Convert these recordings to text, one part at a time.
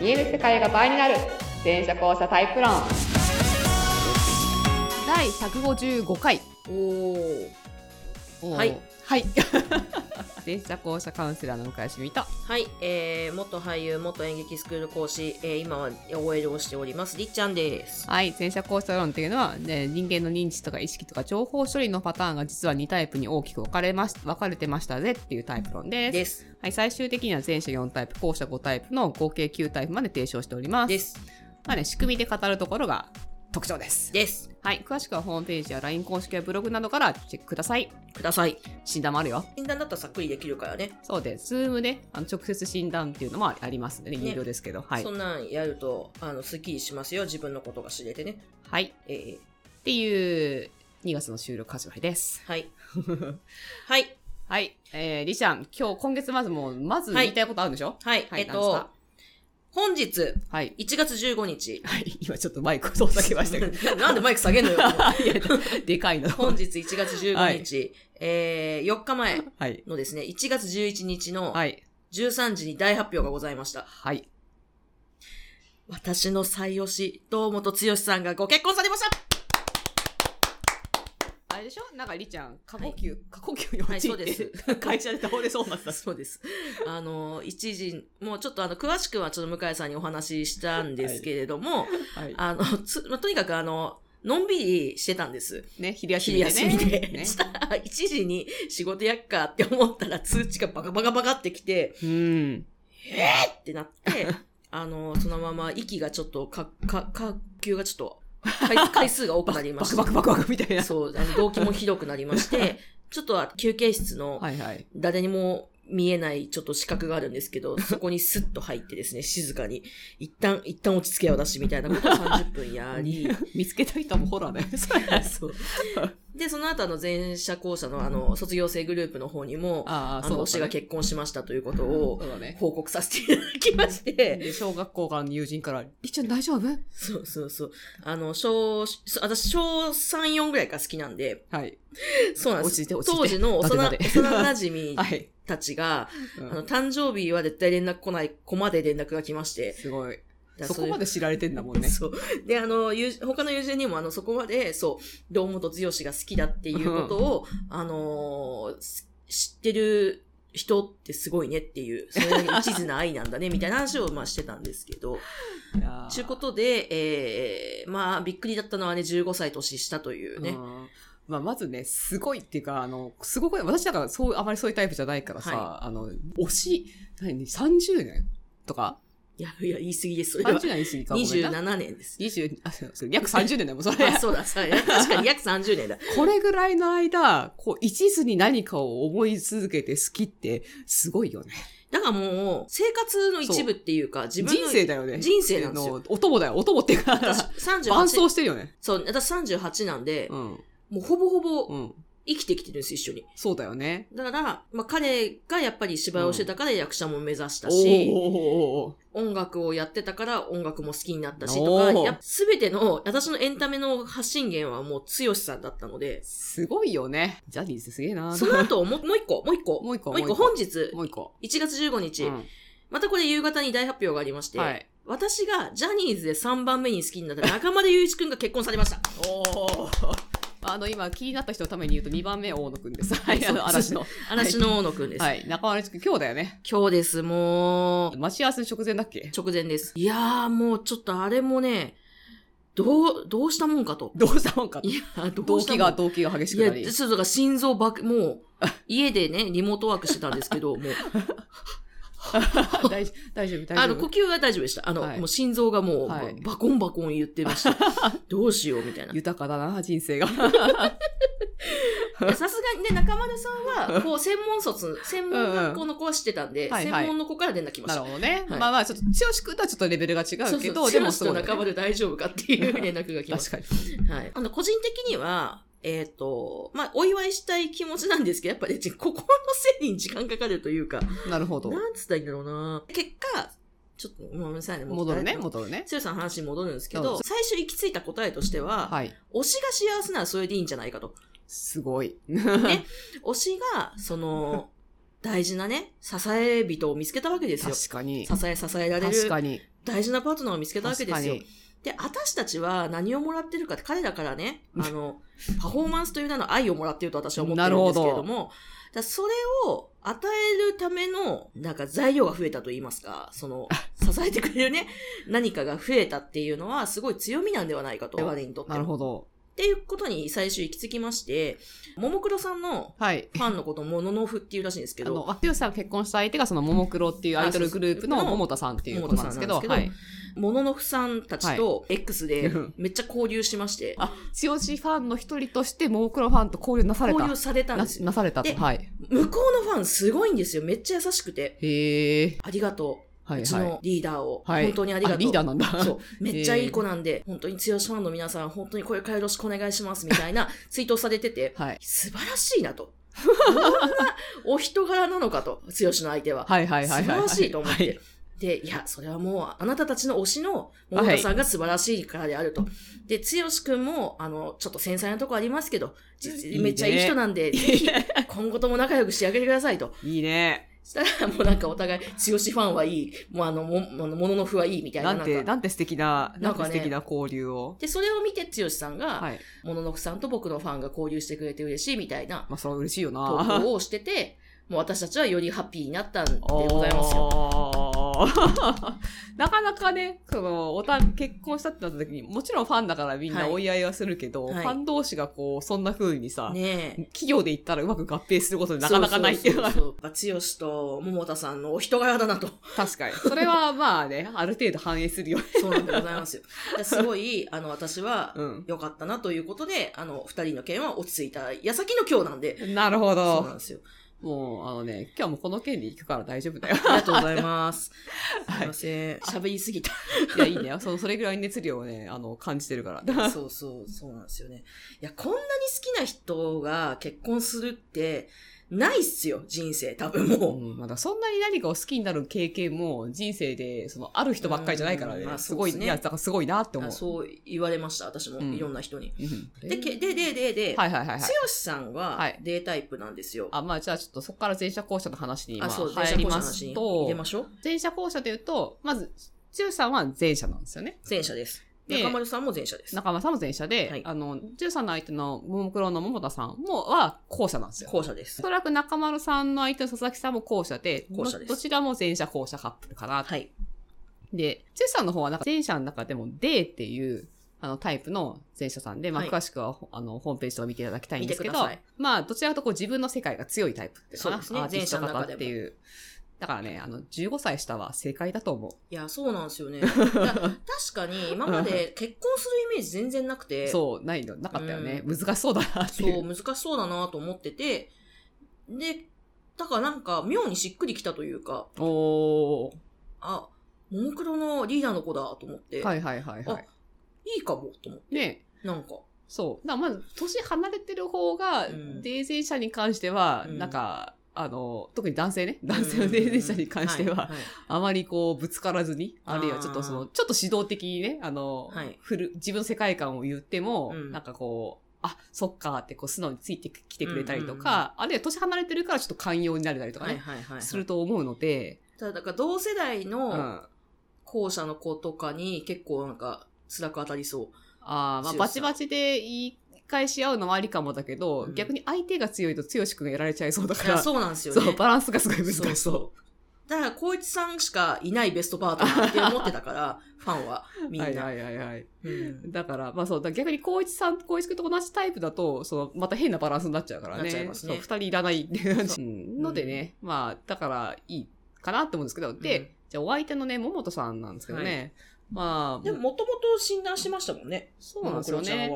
見える世界が倍になる全車交差タイプ論。第155回。 はいはい全車交差カウンセラーの向井しみと、 はい、元俳優、元演劇スクール講師、今は OL をしておりますりっちゃんです。 はい、全車交差論っていうのは、ね、人間の認知とか意識とか情報処理のパターンが実は2タイプに大きく分かれてましたぜっていうタイプ論です。はい、最終的には前者4タイプ、後者5タイプの合計9タイプまで提唱しております。 です。 まあね、仕組みで語るところが特徴です。 です。 はい、詳しくはホームページや LINE 公式やブログなどからチェックください。診断もあるよ。 診断だったらさっくりできるからね。 そうです。Zoom で直接診断っていうのもありますので、有料ですけど、はい。 そんなんやるとすっきりしますよ。自分のことが知れてね。 はい。っていう2月の収録始まりです。 はい。はい。 はい。りちゃん、今月まず言いたいことあるんでしょ？ はい。本日、 はい、 1月15日。 はい。今ちょっとマイクを下げましたけど。 なんでマイク下げんのよ。いやでかいの。 本日1月15日、はい、4日前のですね、 はい、 1月11日の13時に大発表がございました。 はい。 私の最推し、堂本剛さんがご結婚されました。 あれでしょ？なんかりちゃん、過呼吸にはい、そうです。 会社で倒れそうになった。 そうです。一時、もうちょっと詳しくはちょっと向井さんにお話ししたんですけれども、はい、とにかくのんびりしてたんです。 ね、昼休みでね。 ねしたら、1時に仕事やっかって思ったら通知がバカバカバカってきて、ってなって、そのまま息がちょっと、呼吸がちょっと、回数が多くなりまして。 バクバクみたいな。 そう、動悸もひどくなりまして、ちょっと休憩室の、誰にも見えないちょっと四角があるんですけど、そこにスッと入ってですね、静かに、一旦落ち着けよ私みたいなことを30分やり。 見つけた人もホラーだよね。 そう。で、その後全社校舎の卒業生グループの方にも、推しが結婚しましたということを報告させていただきまして。 で、小学校からの友人から、りっちゃん大丈夫？ そう。私、小3、4ぐらいから好きなんで、 はい。 そうなんです。 落ち着いて。 当時の幼馴染たちが、誕生日は絶対連絡来ない子まで連絡が来まして。 すごい。そこまで知られてんだもんね。 そう。で、他の友人にも、そこまで、そう、堂本剛が好きだっていうことを、知ってる人ってすごいねっていう、それに一途な愛なんだね、みたいな話を、してたんですけど、ちゅうことで、びっくりだったのはね、15歳年下というね。 まずね、すごいっていうか、すごく、私だからあまりそういうタイプじゃないからさ、推し、30年とかいや、言い過ぎです。それは。30年言い過ぎかも。 27年です。 約30年だもん、それ。 そうだ。確かに約30年だ。 これぐらいの間、一途に何かを思い続けて好きって、すごいよね。 だからもう、生活の一部っていうか、自分の人生だよね。 人生なんですよ。 お供だよ。お供っていうか、伴走してるよね。 そう、私38なんで、もうほぼほぼ、生きてきてるんです、一緒に。 そうだよね。 だから、彼がやっぱり芝居をしてたから役者も目指したし、音楽をやってたから音楽も好きになったしとか、すべての、私のエンタメの発信源はもう剛さんだったので。 すごいよね。ジャニーズすげえな。 その後、もう一個、本日、1月15日、またこれ夕方に大発表がありまして、私がジャニーズで3番目に好きになった中村雄一くんが結婚されました。 今気になった人のために言うと2番目は大野くんです。はい、 嵐の大野くんです。 はい、中村くん今日だよね。 今日です、もう。 待ち合わせ直前だっけ？ 直前です。いやー、もうちょっとあれもね、どうしたもんかと。 いや、動機が激しくなり。 いや、そうだから心臓もう、家でね、リモートワークしてたんですけど、もう。 大丈夫。 呼吸は大丈夫でした。もう心臓がもう、バコンバコン言ってました。どうしようみたいな。 豊かだな、人生が。 さすがにね、中丸さんは、こう、専門学校の子は知ってたんで、専門の子から連絡来ました。 なるほどね。ちょっと、剛くんとはちょっとレベルが違うけど、 でも剛と中丸大丈夫かっていう連絡が来ました。 確かに。 はい。個人的には、お祝いしたい気持ちなんですけど、やっぱり、心の整理に時間かかるというか。 なるほど。 なんつったらいいんだろうな。結果、ちょっと、ごめんなさいね。 戻るね。剛さんの話に戻るんですけど、最初行き着いた答えとしては、推しが幸せならそれでいいんじゃないかと。 すごい。 ね。推しが、大事なね、支え人を見つけたわけですよ。 確かに。 支えられる。 確かに。 大事なパートナーを見つけたわけですよ。で、私たちは何をもらってるかって、彼らからね、パフォーマンスという名の愛をもらっていると私は思ってるんですけれども、それを与えるための、なんか材料が増えたと言いますか、支えてくれるね、何かが増えたっていうのは、すごい強みなんではないかと、我々にとっても。 なるほど。 っていうことに最終行き着きまして、ももクロさんのファンのことをモノノフっていうらしいんですけど。 剛さんが結婚した相手がそのももクロっていうアイドルグループの桃田さんっていうことなんですけど、 モノノフさんたちと X でめっちゃ交流しまして。 剛ファンの一人としてももクロファンと交流なされた。 交流されたんですよ。 なされたと。 向こうのファンすごいんですよ。めっちゃ優しくて。 へー。 ありがとう。うちのリーダーを、 本当にありがとう。 リーダーなんだ。 そう。めっちゃいい子なんで、本当に剛ファンの皆さん、本当にこれからよろしくお願いしますみたいなツイートをされてて、素晴らしいなと。こんなお人柄なのかと、剛の相手は。素晴らしいと思って。で、いや、それはもう、あなたたちの推しの桃田さんが素晴らしいからであると。で、剛くんも、ちょっと繊細なとこありますけど、めっちゃいい人なんで、ぜひ、今後とも仲良くしてあげてくださいと。 いいね。 したら、もうなんかお互い、剛ファンはいい、もうもののふはいいみたいな。 なんて素敵な、なんか素敵な交流を。 で、それを見て剛さんが、もののふさんと僕のファンが交流してくれて嬉しいみたいな。 それは嬉しいよな。 投稿をしてて、もう私たちはよりハッピーになったんでございますよ。 なかなかね、結婚したってなった時に、もちろんファンだからみんな追い合いはするけど、ファン同士がそんな風にさ、企業で言ったらうまく合併することでなかなかないっていうのが。 剛と桃田さんのお人柄だなと。 確かに。それはまあね、ある程度反映するよね。 そうなんでございますよ。すごい、私は良かったなということで、二人の件は落ち着いた矢先の今日なんで。 なるほど。 そうなんですよ。 もう、今日もこの件で行くから大丈夫だよ。 ありがとうございます。すいません。喋りすぎた。 いや、いいね。それぐらい熱量をね、感じてるから。 そうなんですよね。いや、こんなに好きな人が結婚するって、ないっすよ、人生、多分もう。 まだそんなに何かを好きになる経験も人生で、ある人ばっかりじゃないからね。すごい、いや、だからすごいなって思う。 そう言われました、私も、いろんな人に。で、剛さんは、データイプなんですよ。 じゃあちょっとそこから前者後者の話に入りますと、 入れましょう。 前者後者で言うと、まず、剛さんは前者なんですよね。 前者です。中丸さんも前者です。 中丸さんも前者で、剛さんの相手のももクロの桃田さんは後者なんですよ。 後者です。 おそらく中丸さんの相手の佐々木さんも後者で、どちらも前者後者カップルかな。で、剛さんの方は前者の中でも D っていうタイプの前者さんで、詳しくはホームページとか見ていただきたいんですけど、どちらかと自分の世界が強いタイプっていうかな。 そうですね。前者の中でもっていう。 だからね、15歳下は正解だと思う。 いや、そうなんですよね。確かに、今まで結婚するイメージ全然なくて。 そう、なかったよね。難しそうだなっていう。 そう、難しそうだなと思ってて。で、だからなんか、妙にしっくりきたというか。ももクロのリーダーの子だと思って。いいかも、と思って。 ね。 なんか。 そう。まず、年離れてる方が、デーゼン者に関しては、特に男性のデーゼン者に関しては、あまりぶつからずに、あるいはちょっとちょっと指導的にね、自分の世界観を言っても、そっかって素直についてきてくれたりとか、あるいは年離れてるからちょっと寛容になれたりとかね、すると思うので。 ただ、だから同世代の後者の子とかに結構辛く当たりそう。 バチバチで言い返し合うのもありかもだけど、逆に相手が強いと剛くんがやられちゃいそうだから。 そうなんですよね。 そう、バランスがすごい難しそう。 だから、光一さんしかいないベストパートナーって思ってたから、ファンは、みんな。 だから、逆に光一くんと同じタイプだと、また変なバランスになっちゃうからね。 なっちゃいますね。 二人いらないっていう感じ。のでね、だからいいかなって思うんですけど、で、じゃあお相手のね、桃田さんなんですけどね。でも、もともと診断しましたもんね。そうなんですよね。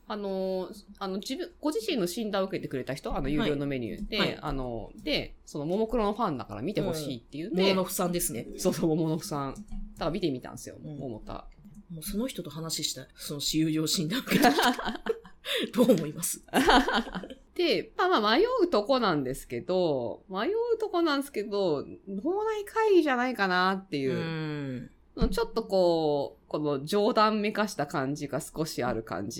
ご自身の診断を受けてくれた人、有料のメニューで、ももクロのファンだから見てほしいっていうんで。 もものふさんですね。 そう、もものふさん。だから見てみたんですよ、桃田。 もうその人と話したい。有料診断を受けた人。どう思いますで、迷うとこなんですけど、脳内会議じゃないかなっていう。ちょっとこの冗談めかした感じが少しある感じ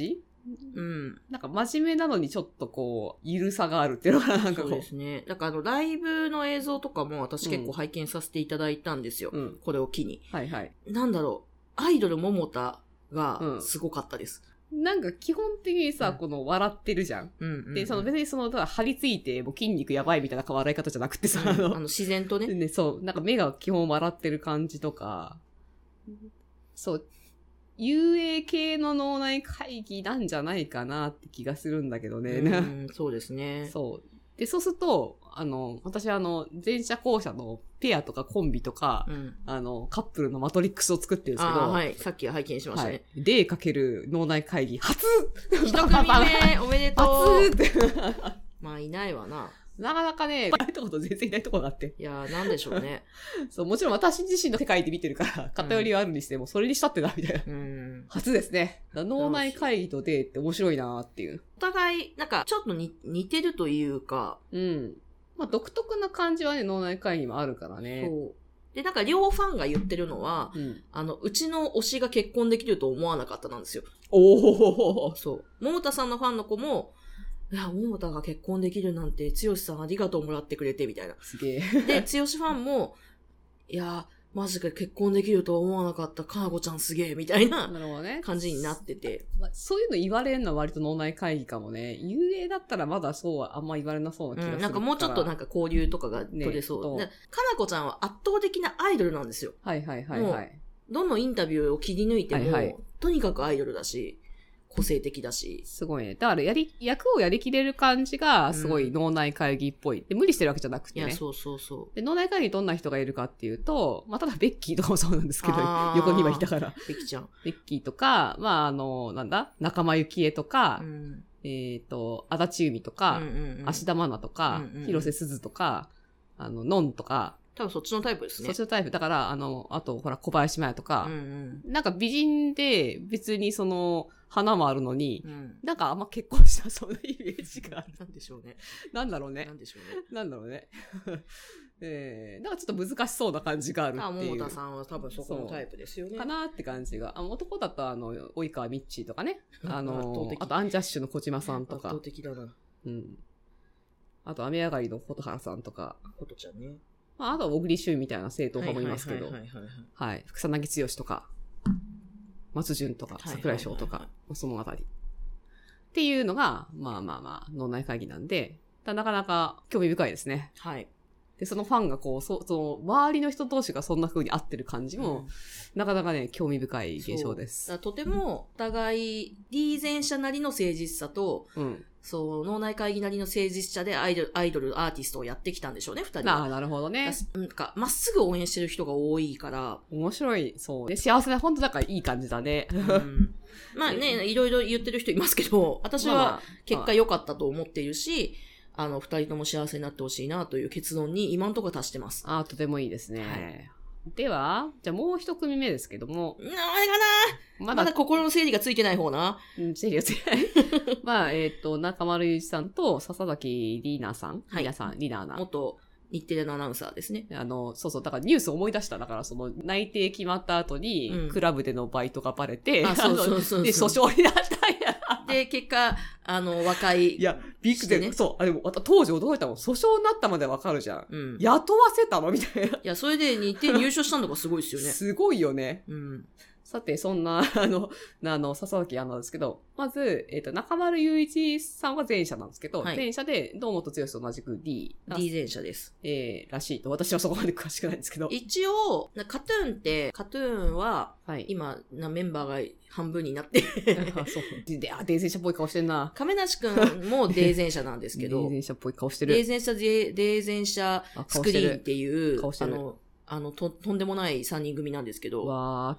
うん。 なんか真面目なのにちょっとこう、ゆるさがあるっていうのがなんかこう。 そうですね。だからライブの映像とかも私結構拝見させていただいたんですよ。 うん、 これを機に。 はいはい。 なんだろう。アイドル桃田がすごかったです。 なんか基本的にさ、この笑ってるじゃん。で、その別にただ張り付いて、もう筋肉やばいみたいな笑い方じゃなくてさ、 自然とね。 そう、なんか目が基本笑ってる感じとか、そう、遊泳系の脳内会議なんじゃないかなって気がするんだけどね。 そうですね。 そう。で、そうすると、私前者後者のペアとかコンビとか、カップルのマトリックスを作ってるんですけど、 はい。さっき拝見しましたね。 はい。でかける脳内会議、初一組目、おめでとう。 初って。 まあ、いないわな。 なかなかね、いないとこと全然いないとこがあって。 いやー、なんでしょうね。 そう、もちろん私自身の世界で見てるから、偏りはあるにしても、それにしたってな、みたいな。初ですね。脳内会議とデーって面白いなーっていう。 お互い、なんか、ちょっと似てるというか。 まあ、独特な感じはね、脳内会議もあるからね。 そう。で、なんか、両ファンが言ってるのは、うちの推しが結婚できると思わなかったなんですよ。 おー。 そう。桃田さんのファンの子も、いや、桃田が結婚できるなんて、剛さんありがとうもらってくれて、みたいな。 すげえ。 で、剛ファンも、いや、マジか結婚できるとは思わなかった、かなこちゃんすげえ、みたいな感じになってて。 そういうの言われるのは割と脳内会議かもね。遊泳だったらまだそうはあんま言われなそうな気がするから。 なんかもうちょっとなんか交流とかが取れそう。かなこちゃんは圧倒的なアイドルなんですよ。 はいはいはいはい。 どのインタビューを切り抜いても、とにかくアイドルだし、個性的だし。 すごいね。だから役をやりきれる感じが、すごい脳内会議っぽい。で、無理してるわけじゃなくてね。 いや、そうそうそう。 で、脳内会議どんな人がいるかっていうと、まあ、ただベッキーとかもそうなんですけど、横にはいたから。 ベッキーちゃん。 ベッキーとか、まあ、なんだ仲間由紀恵とか、足立由美とか、芦田愛菜とか、広瀬すずとか、のんとか、 多分そっちのタイプですね。 そっちのタイプ。だから、あと、ほら、小林麻也とか、なんか美人で、別に花もあるのに、なんかあんま結婚したそうなイメージがある。 なんでしょうね。 なんだろうね。 なんでしょうね。 なんだろうね。なんかちょっと難しそうな感じがあるっていう。 桃田さんは多分そこのタイプですよね。 かなって感じが。男だと及川みっちーとかね。あとアンジャッシュの小島さんとか。 圧倒的だな。 あと雨上がりの琴原さんとか。 琴ちゃんね。 まあ、あとは小栗旬みたいな正統派もいますけど。はい。草薙剛とか、松潤とか、桜井翔とか、そのあたり。っていうのが、まあ、脳内会議なんで、なかなか興味深いですね。 はい。 で、そのファンが周りの人同士がそんな風に合ってる感じも、なかなかね、興味深い現象です。 とても、お互い、D 前者なりの誠実さと、脳内会議なりの誠実者でアイドル、アーティストをやってきたんでしょうね、二人は。 なるほどね。 なんか、まっすぐ応援してる人が多いから。 面白い。そう。で、幸せな、本当だからいい感じだね。 まあね、いろいろ言ってる人いますけど、私は結果良かったと思っているし、二人とも幸せになってほしいなという結論に今のところ達してます。 とてもいいですね。では、じゃあもう一組目ですけども。 あれかなまだ心の整理がついてない方な。 整理がついてない。まあ、中丸雄一さんと笹崎里奈さん。里奈。 元日テレのアナウンサーですね。 そう、だからニュース思い出した。だから内定決まった後に、クラブでのバイトがバレて、で、訴訟になったんや。 で、結果、和解。 いや、びっくりね。そう。でも、当時驚いたもん。訴訟になったまでわかるじゃん。雇わせたのみたいな。 いや、それで日程入所したのがすごいですよね。 すごいよね。さて、そんな、笹崎アナですけど、まず、中丸雄一さんは前者なんですけど、前者で、堂本剛と同じく D 前者です。 らしいと。私はそこまで詳しくないんですけど。 一応、カトゥーンは、今、メンバーが半分になって。 そう。デー前者っぽい顔してんな。 亀梨くんもデー前者なんですけど。 デー前者っぽい顔してる。 デー前者スクリーンっていう、とんでもない3人組なんですけど。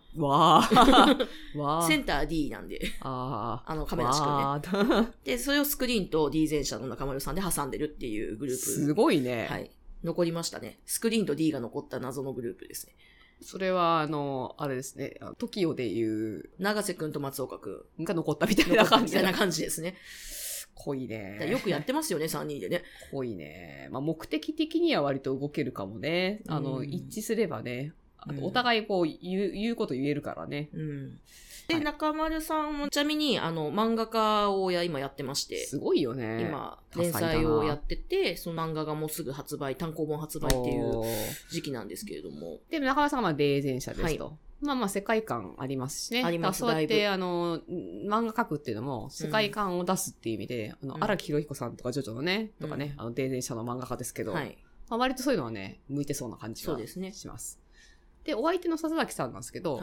センター D なんで。亀梨くんね。で、それをスクリーンと D 前者の中丸さんで挟んでるっていうグループ。 すごいね。 はい。残りましたね。スクリーンと D が残った謎のグループですね。 それは、あれですね。TOKIO でいう、 長瀬くんと松岡くんが残ったみたいな感じ。 みたいな感じですね。 濃いね。 よくやってますよね、3人でね。 濃いね。まあ、目的的には割と動けるかもね。一致すればね。 あとお互いこう言うこと言えるからね。 で、中丸さんも、ちなみに、漫画家を今やってまして。 すごいよね。 今、連載をやってて、その漫画がもうすぐ単行本発売っていう時期なんですけれども。 でも中丸さんは霊前者ですと。まあ世界観ありますしね。 あります。 そうやって、漫画描くっていうのも、世界観を出すっていう意味で、荒木博彦さんとかジョジョのね、とかね、霊前者の漫画家ですけど、割とそういうのはね、向いてそうな感じがします。で、お相手の笹崎さんなんですけど、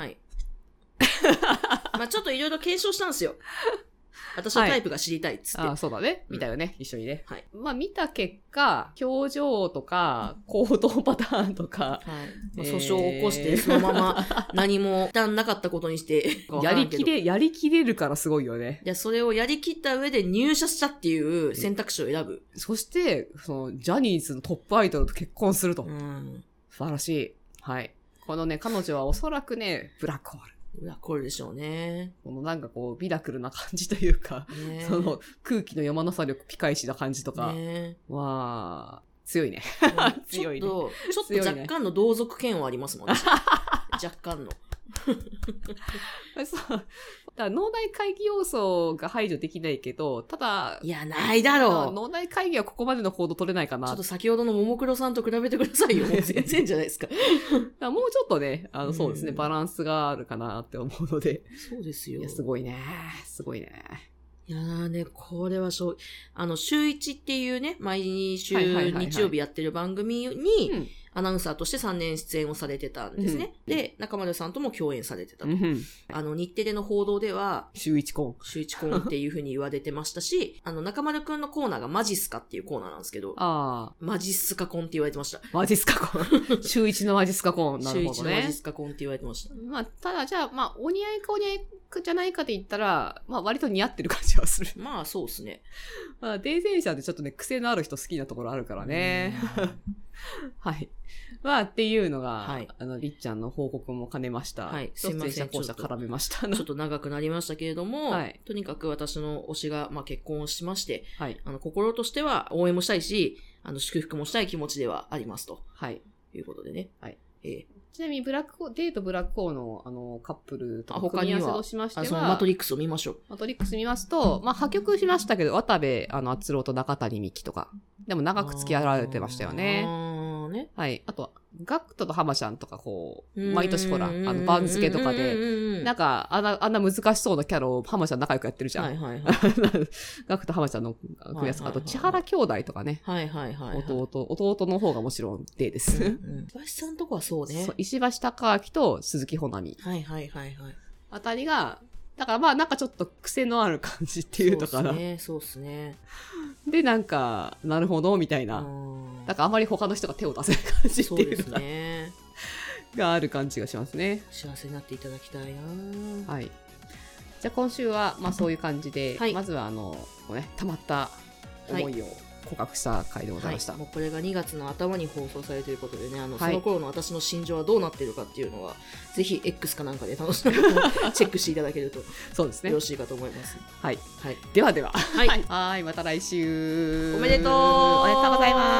まあちょっといろいろ検証したんですよ。私のタイプが知りたいっつって。 そうだね。見たよね。一緒にね。まあ見た結果、表情とか、行動パターンとか、 訴訟を起こして、そのまま何も負担なかったことにして、 やりきれるからすごいよね。 いや、それをやりきった上で入社したっていう選択肢を選ぶ。 そして、ジャニーズのトップアイドルと結婚すると。素晴らしい。はい。このね、彼女はおそらくね、ブラックホール。 これでしょうね。 このなんかこう、ミラクルな感じというか、その空気の読まなさ力ピカイチな感じとか、強いね。強いね。 ちょっと若干の同族嫌悪ありますもんね。若干の。 そう。だから脳内会議要素が排除できないけど、ただ、 いや、ないだろう。 脳内会議はここまでの行動取れないかな。 ちょっと先ほどのももクロさんと比べてくださいよ。もう全然じゃないですか。 もうちょっとね、そうですね、バランスがあるかなって思うので。 そうですよ。 いや、すごいね。すごいね。 いやーね、これは週1っていうね、毎週日曜日やってる番組に、アナウンサーとして3年出演をされてたんですね。で、中丸さんとも共演されてたと。日テレの報道では、 週1コンっていう風に言われてましたし、中丸くんのコーナーがマジスカっていうコーナーなんですけど、マジスカコンって言われてました。 マジスカコン。週1のマジスカコン。なるほどね。 週1のマジスカコンって言われてました。 まあ、ただじゃあ、お似合いかお似合いじゃないかって言ったら、割と似合ってる感じはする。 まあ、そうですね。 霊前者でちょっとね、癖のある人好きなところあるからね。はい。っていうのが、りっちゃんの報告も兼ねました。 すいません。 ちょっと絡めました。 ちょっと長くなりましたけれども、とにかく私の推しが、結婚をしまして、心としては応援もしたいし、祝福もしたい気持ちではありますと。いうことでね。 ちなみにデートブラックホーのカップルとか組み合わせとしましては、 そのマトリックスを見ましょう。 マトリックス見ますと、破局しましたけど、渡部、篤郎と中谷美紀とか、でも長く付き合われてましたよね。はい。あとは、ガクトとハマちゃんとか毎年ほら、番付とかで、なんか、あんな難しそうなキャラをハマちゃん仲良くやってるじゃん。ガクとハマちゃんの組み合わせとか、あと、千原兄弟とかね。弟の方がもちろんデーです。 石橋さんとこはそうね。 石橋貴明と鈴木保奈美。あたりが、だからなんかちょっと癖のある感じっていうとかな。 そうっすね。 で、なんか、なるほど、みたいな。だからあまり他の人が手を出せない感じっていうのがある感じがしますね。 幸せになっていただきたいな。 はい。じゃあ今週は、そういう感じで、まずは溜まった思いを告白した回でございました。 もうこれが2月の頭に放送されるということでね、その頃の私の心情はどうなっているかっていうのは、ぜひ X かなんかで楽しみにチェックしていただけるとそうですね。 よろしいかと思います。 はい。では。はい。また来週。 おめでとうございます。